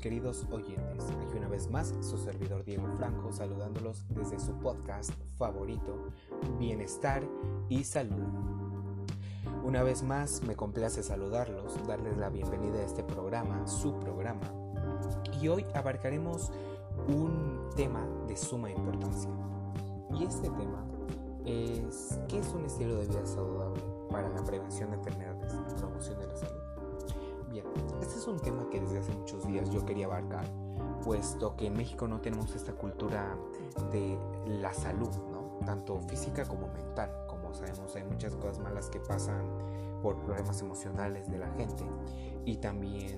queridos oyentes. Aquí una vez más su servidor Diego Franco saludándolos desde su podcast favorito, Bienestar y Salud. Una vez más me complace saludarlos, darles la bienvenida a este programa, su programa, y hoy abarcaremos un tema de suma importancia. Y este tema es ¿qué es un estilo de vida saludable para la prevención de enfermedades y promoción de la salud? Bien, este es un tema que desde hace muchos días yo quería abarcar, puesto que en México no tenemos esta cultura de la salud, ¿no? Tanto física como mental. Como sabemos, hay muchas cosas malas que pasan por problemas emocionales de la gente, y también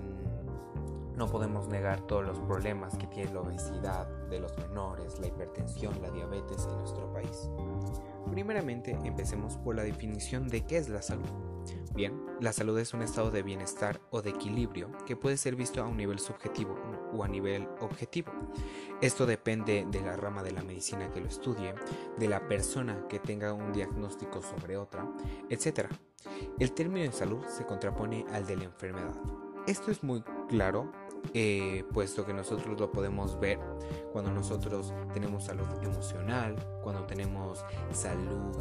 no podemos negar todos los problemas que tiene la obesidad de los menores, la hipertensión, la diabetes en nuestro país. Primeramente, empecemos por la definición de qué es la salud. Bien, la salud es un estado de bienestar o de equilibrio que puede ser visto a un nivel subjetivo o a nivel objetivo. Esto depende de la rama de la medicina que lo estudie, de la persona que tenga un diagnóstico sobre otra, etc. El término de salud se contrapone al de la enfermedad. Esto es muy claro, puesto que nosotros lo podemos ver cuando nosotros tenemos salud emocional, cuando tenemos salud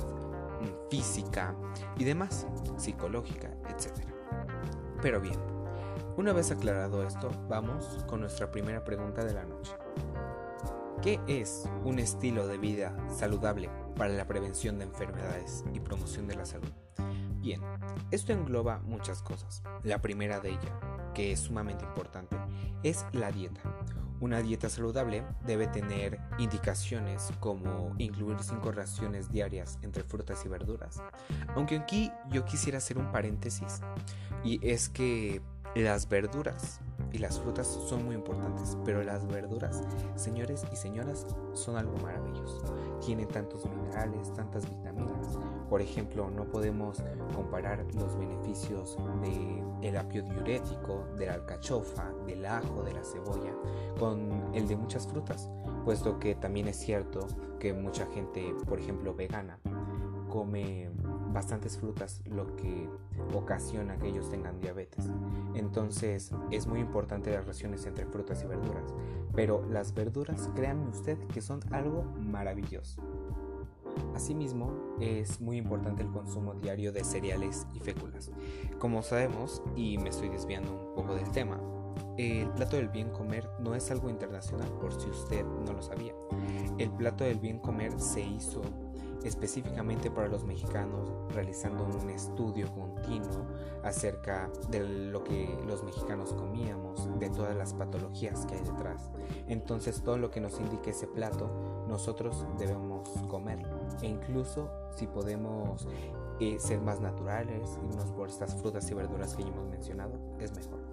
física y demás, psicológica, etc. Pero bien, una vez aclarado esto, vamos con nuestra primera pregunta de la noche. ¿Qué es un estilo de vida saludable para la prevención de enfermedades y promoción de la salud? Bien, esto engloba muchas cosas. La primera de ellas, que es sumamente importante, es la dieta. Una dieta saludable debe tener indicaciones como incluir 5 raciones diarias entre frutas y verduras. Aunque aquí yo quisiera hacer un paréntesis, y es que las verduras y las frutas son muy importantes, pero las verduras, señores y señoras, son algo maravilloso. Tienen tantos minerales, tantas vitaminas. Por ejemplo, no podemos comparar los beneficios del apio diurético, de la alcachofa, del ajo, de la cebolla, con el de muchas frutas, puesto que también es cierto que mucha gente, por ejemplo, vegana, come bastantes frutas, lo que ocasiona que ellos tengan diabetes. Entonces es muy importante las raciones entre frutas y verduras, pero las verduras, créanme usted que son algo maravilloso. Asimismo, es muy importante el consumo diario de cereales y féculas. Como sabemos, y me estoy desviando un poco del tema, el plato del bien comer no es algo internacional, por si usted no lo sabía. El plato del bien comer se hizo específicamente para los mexicanos, realizando un estudio continuo acerca de lo que los mexicanos comíamos, de todas las patologías que hay detrás. Entonces todo lo que nos indique ese plato, nosotros debemos comerlo, e incluso si podemos ser más naturales, irnos por estas frutas y verduras que ya hemos mencionado, es mejor.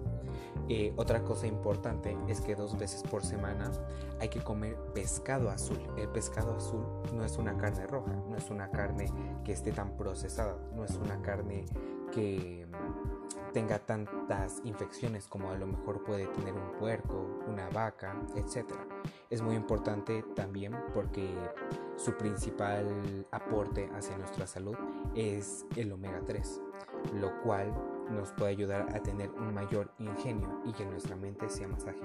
Otra cosa importante es que 2 veces por semana hay que comer pescado azul. El pescado azul no es una carne roja, no es una carne que esté tan procesada, no es una carne que tenga tantas infecciones como a lo mejor puede tener un puerco, una vaca, etc. Es muy importante también porque su principal aporte hacia nuestra salud es el omega 3, lo cual nos puede ayudar a tener un mayor ingenio y que nuestra mente sea más ágil.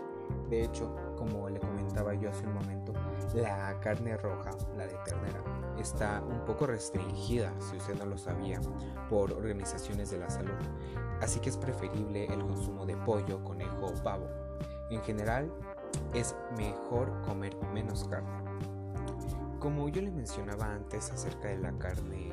De hecho, como le comentaba yo hace un momento, la carne roja, la de ternera, está un poco restringida, si usted no lo sabía, por organizaciones de la salud. Así que es preferible el consumo de pollo, conejo o pavo. En general, es mejor comer menos carne. Como yo le mencionaba antes acerca de la carne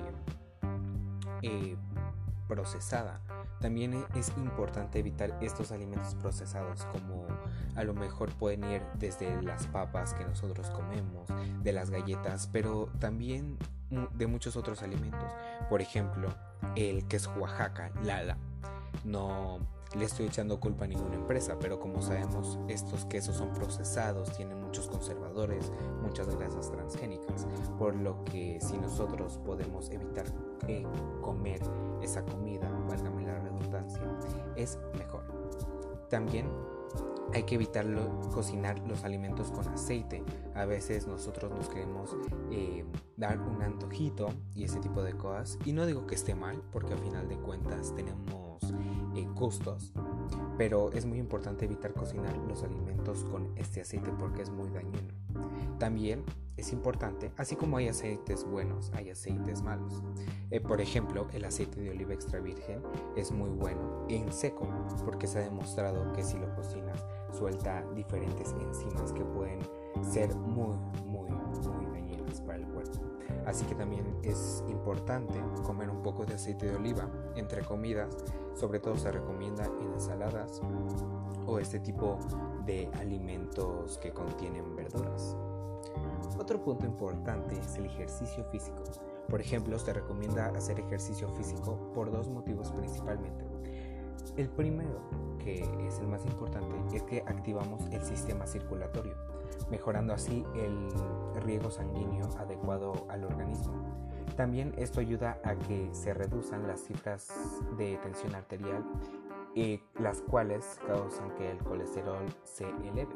procesada, también es importante evitar estos alimentos procesados, como a lo mejor pueden ir desde las papas que nosotros comemos, de las galletas, pero también de muchos otros alimentos. Por ejemplo, el queso Oaxaca, Lala. No le estoy echando culpa a ninguna empresa, pero como sabemos, estos quesos son procesados, tienen muchos conservadores, muchas grasas transgénicas, por lo que si nosotros podemos evitar comer esa comida, válgame la redundancia, es mejor. También hay que evitar cocinar los alimentos con aceite. A veces nosotros nos queremos dar un antojito y ese tipo de cosas, y no digo que esté mal, porque al final de cuentas tenemos gustos, pero es muy importante evitar cocinar los alimentos con este aceite porque es muy dañino. También es importante, así como hay aceites buenos, hay aceites malos. Por ejemplo, el aceite de oliva extra virgen es muy bueno en seco porque se ha demostrado que si lo cocinas suelta diferentes enzimas que pueden ser muy dañinas para el cuerpo. Así que también es importante comer un poco de aceite de oliva entre comidas, sobre todo se recomienda en ensaladas o este tipo de alimentos que contienen verduras. Otro punto importante es el ejercicio físico. Por ejemplo, se recomienda hacer ejercicio físico por dos motivos principalmente. El primero, que es el más importante, es que activamos el sistema circulatorio, mejorando así el riego sanguíneo adecuado al organismo. También esto ayuda a que se reduzcan las cifras de tensión arterial, las cuales causan que el colesterol se eleve.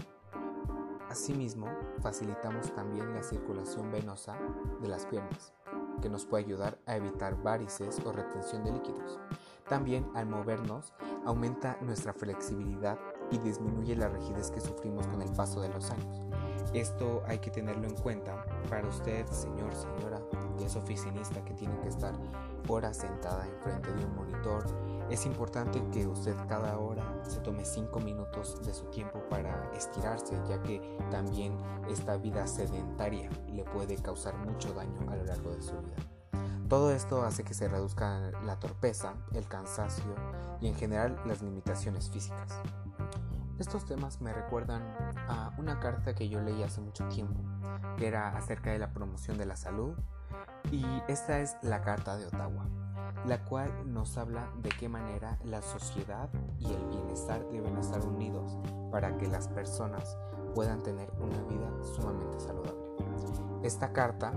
Asimismo, facilitamos también la circulación venosa de las piernas, que nos puede ayudar a evitar varices o retención de líquidos. También, al movernos, aumenta nuestra flexibilidad y disminuye la rigidez que sufrimos con el paso de los años. Esto hay que tenerlo en cuenta para usted, señor, señora, que es oficinista, que tiene que estar horas sentada enfrente de un monitor. Es importante que usted cada hora se tome 5 minutos de su tiempo para estirarse, ya que también esta vida sedentaria le puede causar mucho daño a lo largo de su vida. Todo esto hace que se reduzca la torpeza, el cansancio y en general las limitaciones físicas. Estos temas me recuerdan a una carta que yo leí hace mucho tiempo, que era acerca de la promoción de la salud, y esta es la Carta de Ottawa, la cual nos habla de qué manera la sociedad y el bienestar deben estar unidos para que las personas puedan tener una vida sumamente saludable. Esta carta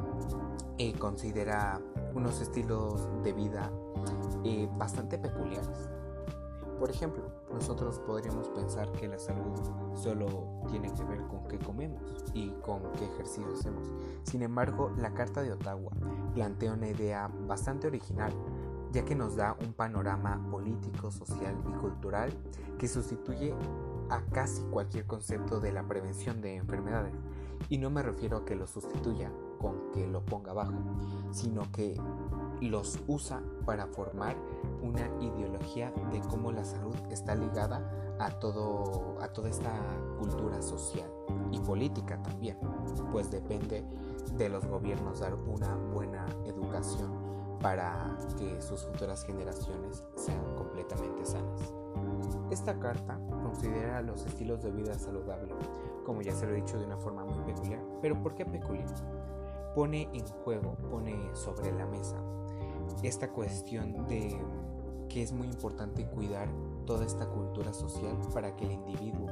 considera unos estilos de vida bastante peculiares. Por ejemplo, nosotros podríamos pensar que la salud solo tiene que ver con qué comemos y con qué ejercicio hacemos. Sin embargo, la Carta de Ottawa plantea una idea bastante original, ya que nos da un panorama político, social y cultural que sustituye a casi cualquier concepto de la prevención de enfermedades. Y no me refiero a que lo sustituya con que lo ponga abajo, sino que los usa para formar una ideología de cómo la salud está ligada a toda esta cultura social y política también, pues depende de los gobiernos dar una buena educación para que sus futuras generaciones sean completamente sanas. Esta carta considera los estilos de vida saludable, como ya se lo he dicho, de una forma muy peculiar. ¿Pero por qué peculiar? Pone en juego, pone sobre la mesa esta cuestión de que es muy importante cuidar toda esta cultura social para que el individuo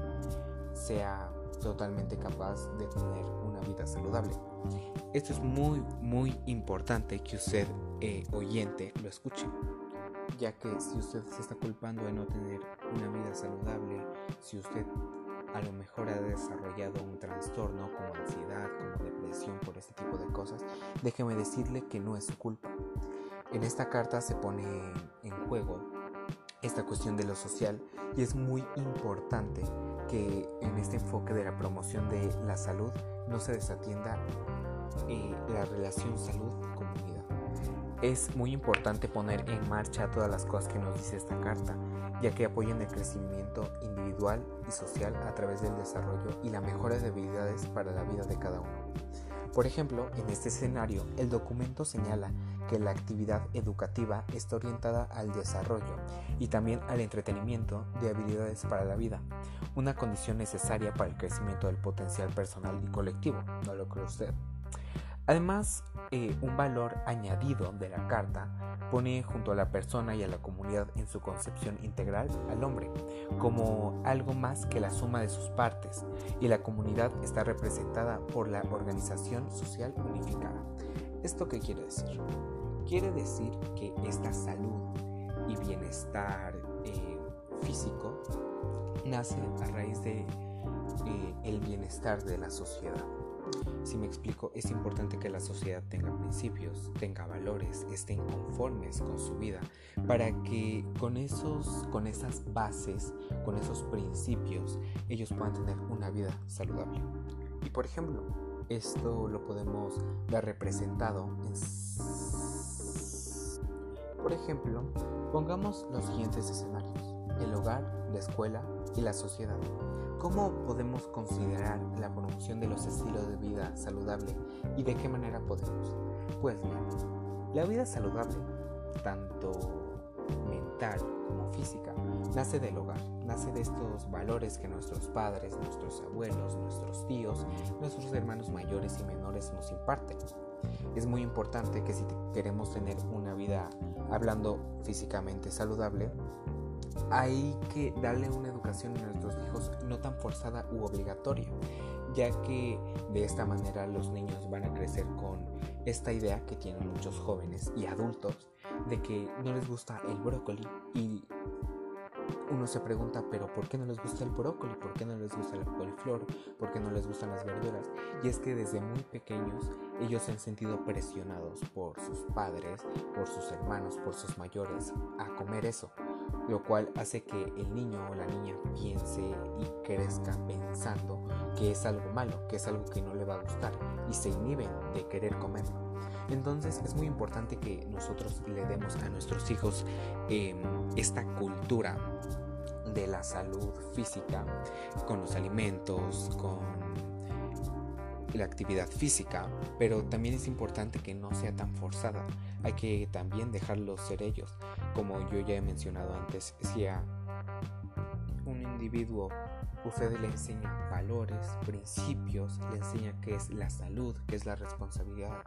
sea totalmente capaz de tener una vida saludable. Esto es muy importante que usted, oyente, lo escuche, ya que si usted se está culpando de no tener una vida saludable, si usted a lo mejor ha desarrollado un trastorno como ansiedad, como depresión por este tipo de cosas, déjeme decirle que no es su culpa. En esta carta se pone en juego esta cuestión de lo social y es muy importante que en este enfoque de la promoción de la salud no se desatienda la relación salud-comunidad. Es muy importante poner en marcha todas las cosas que nos dice esta carta, ya que apoyan el crecimiento individual y social a través del desarrollo y la mejora de habilidades para la vida de cada uno. Por ejemplo, en este escenario, el documento señala que la actividad educativa está orientada al desarrollo y también al entretenimiento de habilidades para la vida, una condición necesaria para el crecimiento del potencial personal y colectivo, ¿no lo cree usted? Además, un valor añadido de la carta pone junto a la persona y a la comunidad en su concepción integral al hombre como algo más que la suma de sus partes, y la comunidad está representada por la organización social unificada. ¿Esto qué quiere decir? Quiere decir que esta salud y bienestar físico nace a raíz de el bienestar de la sociedad. Si me explico, es importante que la sociedad tenga principios, tenga valores, estén conformes con su vida, para que con esas bases, con esos principios, ellos puedan tener una vida saludable. Y por ejemplo, esto lo podemos ver representado por ejemplo, pongamos los siguientes escenarios: el hogar, la escuela y la sociedad. ¿Cómo podemos considerar la promoción de los estilos de vida saludable y de qué manera podemos? Pues bien, la vida saludable, tanto mental como física, nace del hogar, nace de estos valores que nuestros padres, nuestros abuelos, nuestros tíos, nuestros hermanos mayores y menores nos imparten. Es muy importante que si queremos tener una vida, hablando físicamente, saludable, hay que darle una educación a nuestros hijos no tan forzada u obligatoria, ya que de esta manera los niños van a crecer con esta idea que tienen muchos jóvenes y adultos de que no les gusta el brócoli, y uno se pregunta, pero ¿por qué no les gusta el brócoli? ¿Por qué no les gusta la coliflor? ¿Por qué no les gustan las verduras? Y es que desde muy pequeños ellos se han sentido presionados por sus padres, por sus hermanos, por sus mayores a comer eso, lo cual hace que el niño o la niña piense y crezca pensando que es algo malo, que es algo que no le va a gustar, y se inhiben de querer comerlo. Entonces es muy importante que nosotros le demos a nuestros hijos esta cultura de la salud física, con los alimentos, con la actividad física, pero también es importante que no sea tan forzada. Hay que también dejarlos ser ellos. Como yo ya he mencionado antes, si a un individuo usted le enseña valores, principios, le enseña qué es la salud, qué es la responsabilidad,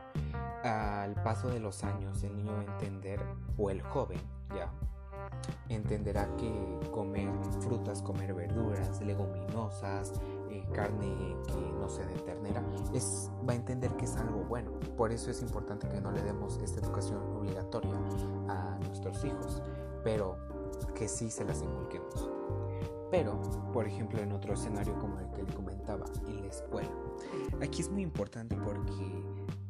al paso de los años el niño va a entender, o el joven ya entenderá que comer frutas, comer verduras, leguminosas, carne que no sea de ternera, va a entender que es algo bueno. Por eso es importante que no le demos esta educación obligatoria a nuestros hijos, pero que sí se las inculquemos. Pero, por ejemplo, en otro escenario como el que le comentaba, en la escuela, aquí es muy importante porque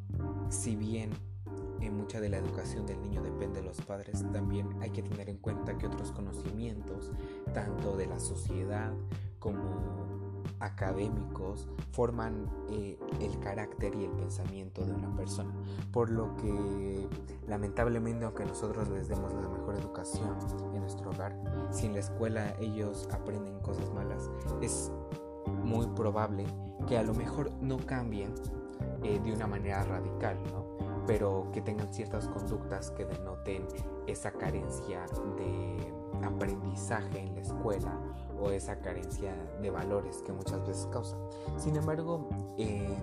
si bien mucha de la educación del niño depende de los padres, también hay que tener en cuenta que otros conocimientos, tanto de la sociedad como académicos, forman el carácter y el pensamiento de una persona. Por lo que, lamentablemente, aunque nosotros les demos la mejor educación en nuestro hogar, si en la escuela ellos aprenden cosas malas, es muy probable que a lo mejor no cambien de una manera radical, ¿no? Pero que tengan ciertas conductas que denoten esa carencia de aprendizaje en la escuela o esa carencia de valores que muchas veces causa. Sin embargo, en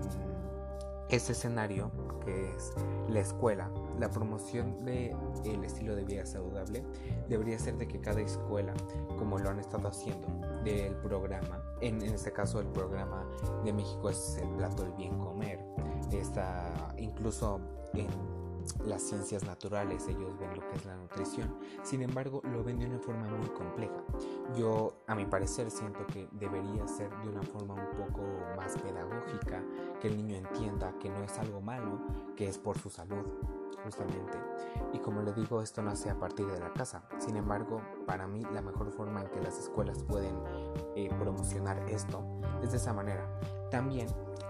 ese escenario que es la escuela, la promoción del estilo de vida saludable debería ser de que cada escuela, como lo han estado haciendo, del programa, en este caso el programa de México es el plato del bien comer, está incluso en las ciencias naturales, ellos ven lo que es la nutrición. Sin embargo, lo ven de una forma muy compleja. Yo, a mi parecer, siento que debería ser de una forma un poco más pedagógica, que el niño entienda que no es algo malo, que es por su salud, justamente. Y como le digo, esto nace a partir de la casa. Sin embargo, para mí la mejor forma en que las escuelas pueden promocionar esto es de esa manera. También,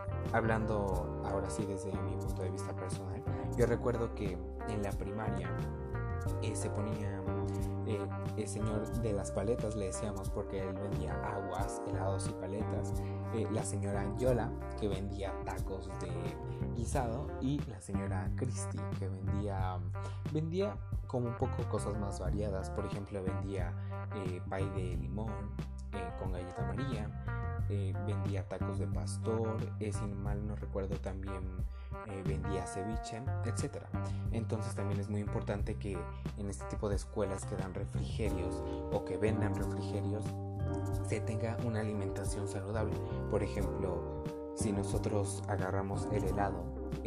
hablando ahora sí desde mi punto de vista personal, yo recuerdo que en la primaria se ponía el señor de las paletas, le decíamos, porque él vendía aguas, helados y paletas, la señora Yola, que vendía tacos de guisado, y la señora Cristi, que vendía como un poco cosas más variadas. Por ejemplo, vendía pay de limón con galleta María, vendía tacos de pastor, sin mal no recuerdo también vendía ceviche, etc. Entonces también es muy importante que en este tipo de escuelas que dan refrigerios o que vendan refrigerios se tenga una alimentación saludable. Por ejemplo, si nosotros agarramos el helado,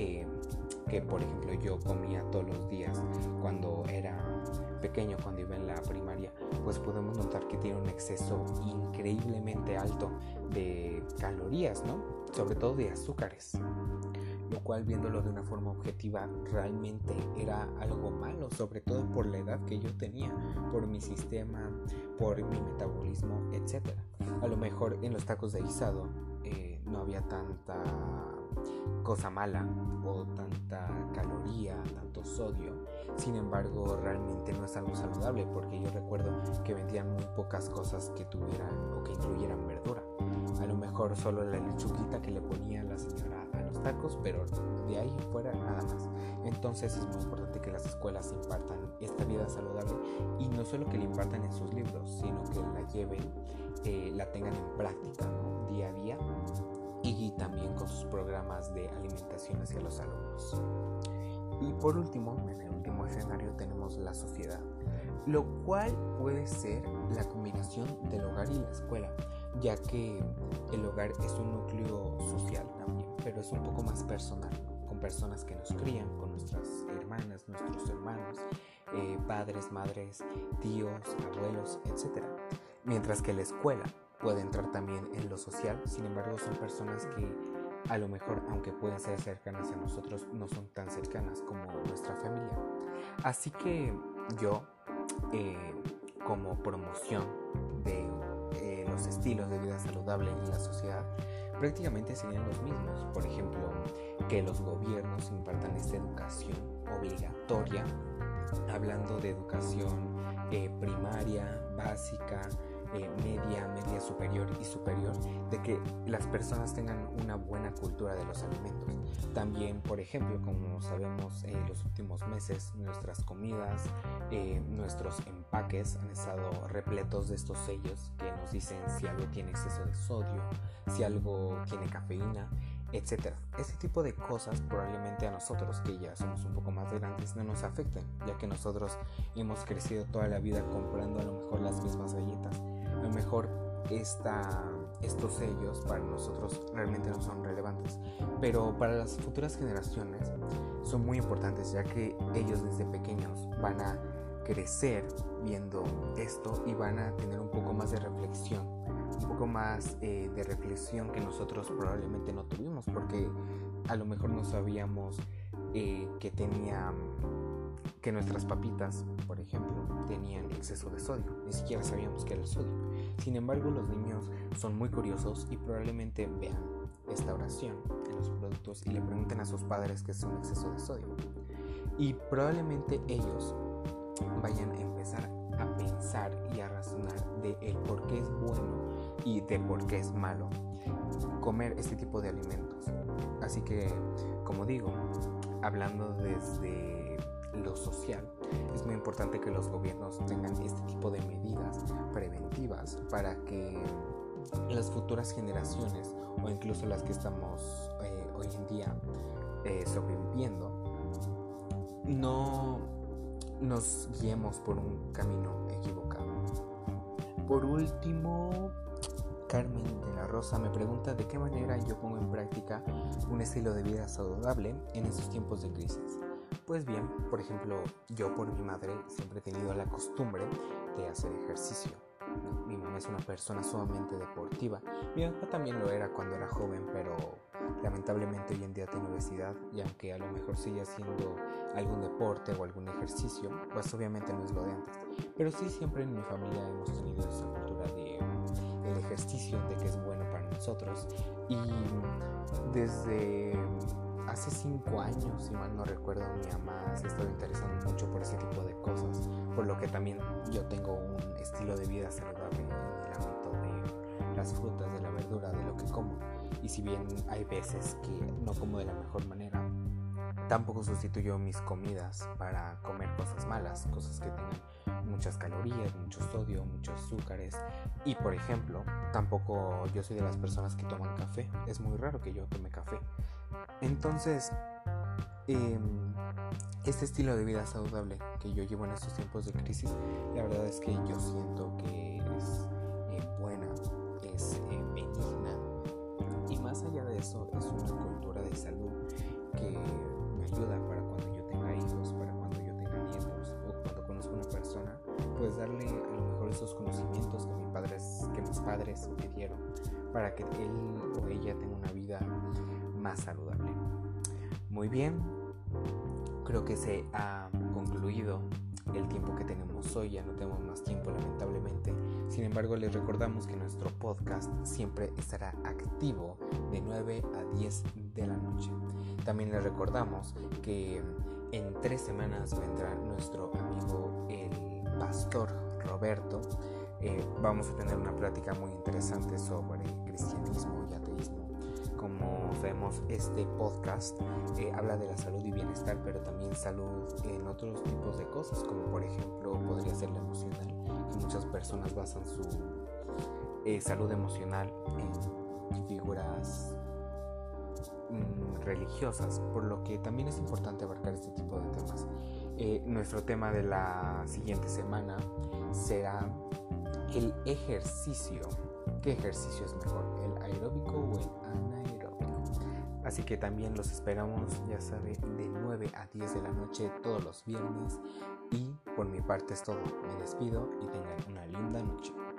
que por ejemplo yo comía todos los días cuando era pequeño, cuando iba en la primaria, pues podemos notar que tiene un exceso increíblemente alto de calorías, ¿no? sobre todo de azúcares, lo cual, viéndolo de una forma objetiva, realmente era algo malo, sobre todo por la edad que yo tenía, por mi sistema, por mi metabolismo, etc. A lo mejor en los tacos de guisado no había tanta cosa mala o tanta caloría, tanto sodio. Sin embargo, realmente no es algo saludable, porque yo recuerdo que vendían muy pocas cosas que tuvieran o que incluyeran verdura. A lo mejor solo la lechuguita que le ponía la señora a los tacos, pero de ahí fuera nada más. Entonces es muy importante que las escuelas impartan esta vida saludable, y no solo que la impartan en sus libros, sino que la lleven, la tengan en práctica, ¿no? Día a día, y también con sus programas de alimentación hacia los alumnos. Y por último, en el último escenario tenemos la sociedad, lo cual puede ser la combinación del hogar y la escuela, ya que el hogar es un núcleo social también, pero es un poco más personal, ¿no? Con personas que nos crían, con nuestras hermanas, nuestros hermanos, padres, madres, tíos, abuelos, etc. Mientras que la escuela puede entrar también en lo social. Sin embargo, son personas que a lo mejor, aunque pueden ser cercanas a nosotros, no son tan cercanas como nuestra familia. Así que yo, como promoción de los estilos de vida saludable en la sociedad, prácticamente serían los mismos. Por ejemplo, que los gobiernos impartan esta educación obligatoria, hablando de educación primaria, básica, media superior y superior, de que las personas tengan una buena cultura de los alimentos. También, por ejemplo, como sabemos, los últimos meses nuestras comidas, nuestros empaques han estado repletos de estos sellos que nos dicen si algo tiene exceso de sodio, si algo tiene cafeína, etc. Este tipo de cosas probablemente a nosotros, que ya somos un poco más grandes, no nos afecten, ya que nosotros hemos crecido toda la vida comprando a lo mejor las mismas galletas. A lo mejor estos sellos para nosotros realmente no son relevantes, pero para las futuras generaciones son muy importantes, ya que ellos desde pequeños van a crecer viendo esto y van a tener un poco más de reflexión, que nosotros probablemente no tuvimos, porque a lo mejor no sabíamos que nuestras papitas, por ejemplo, tenían exceso de sodio. Ni siquiera sabíamos que era el sodio. Sin embargo, los niños son muy curiosos y probablemente vean esta oración en los productos y le pregunten a sus padres qué es un exceso de sodio. Y probablemente ellos vayan a empezar a pensar y a razonar de el por qué es bueno y de por qué es malo comer este tipo de alimentos. Así que, como digo, hablando desde lo social, es muy importante que los gobiernos tengan este tipo de medidas preventivas para que las futuras generaciones, o incluso las que estamos hoy en día sobreviviendo, no nos guiemos por un camino equivocado. Por último, Carmen de la Rosa me pregunta de qué manera yo pongo en práctica un estilo de vida saludable en estos tiempos de crisis. Pues bien, por ejemplo, yo por mi madre siempre he tenido la costumbre de hacer ejercicio. Mi mamá es una persona sumamente deportiva. Mi papá también lo era cuando era joven, pero lamentablemente hoy en día tiene obesidad, y aunque a lo mejor sigue haciendo algún deporte o algún ejercicio, pues obviamente no es lo de antes. Pero sí, siempre en mi familia hemos tenido esa cultura de el ejercicio, de que es bueno para nosotros. Y desde hace 5 años, si mal no recuerdo, mi mamá se estaba interesando mucho por ese tipo de cosas, por lo que también yo tengo un estilo de vida saludable en el ámbito de las frutas, de la verdura, de lo que como. Y si bien hay veces que no como de la mejor manera, tampoco sustituyo mis comidas para comer cosas malas, cosas que tengan muchas calorías, mucho sodio, muchos azúcares. Y por ejemplo, tampoco yo soy de las personas que toman café. Es muy raro que yo tome café. Entonces, este estilo de vida saludable que yo llevo en estos tiempos de crisis, la verdad es que yo siento que es buena, es benigna, y más allá de eso es una cultura de salud que me ayuda para cuando yo tenga hijos, para cuando yo tenga nietos, o cuando conozco una persona, pues darle a lo mejor esos conocimientos que mis padres me dieron, para que él o ella tenga una vida más saludable. Muy bien, creo que se ha concluido el tiempo que tenemos hoy, ya no tenemos más tiempo lamentablemente. Sin embargo, les recordamos que nuestro podcast siempre estará activo de 9 a 10 de la noche. También les recordamos que en 3 semanas vendrá nuestro amigo el pastor Roberto. Vamos a tener una plática muy interesante sobre cristianismo y ateísmo. Como sabemos, este podcast habla de la salud y bienestar, pero también salud en otros tipos de cosas, como por ejemplo podría ser la emocional, que muchas personas basan su salud emocional en figuras religiosas, por lo que también es importante abarcar este tipo de temas. Nuestro tema de la siguiente semana será el ejercicio. ¿Qué ejercicio es mejor, el aeróbico o el anaeróbico? Así que también los esperamos, ya saben, de 9 a 10 de la noche todos los viernes. Y por mi parte es todo. Me despido y tengan una linda noche.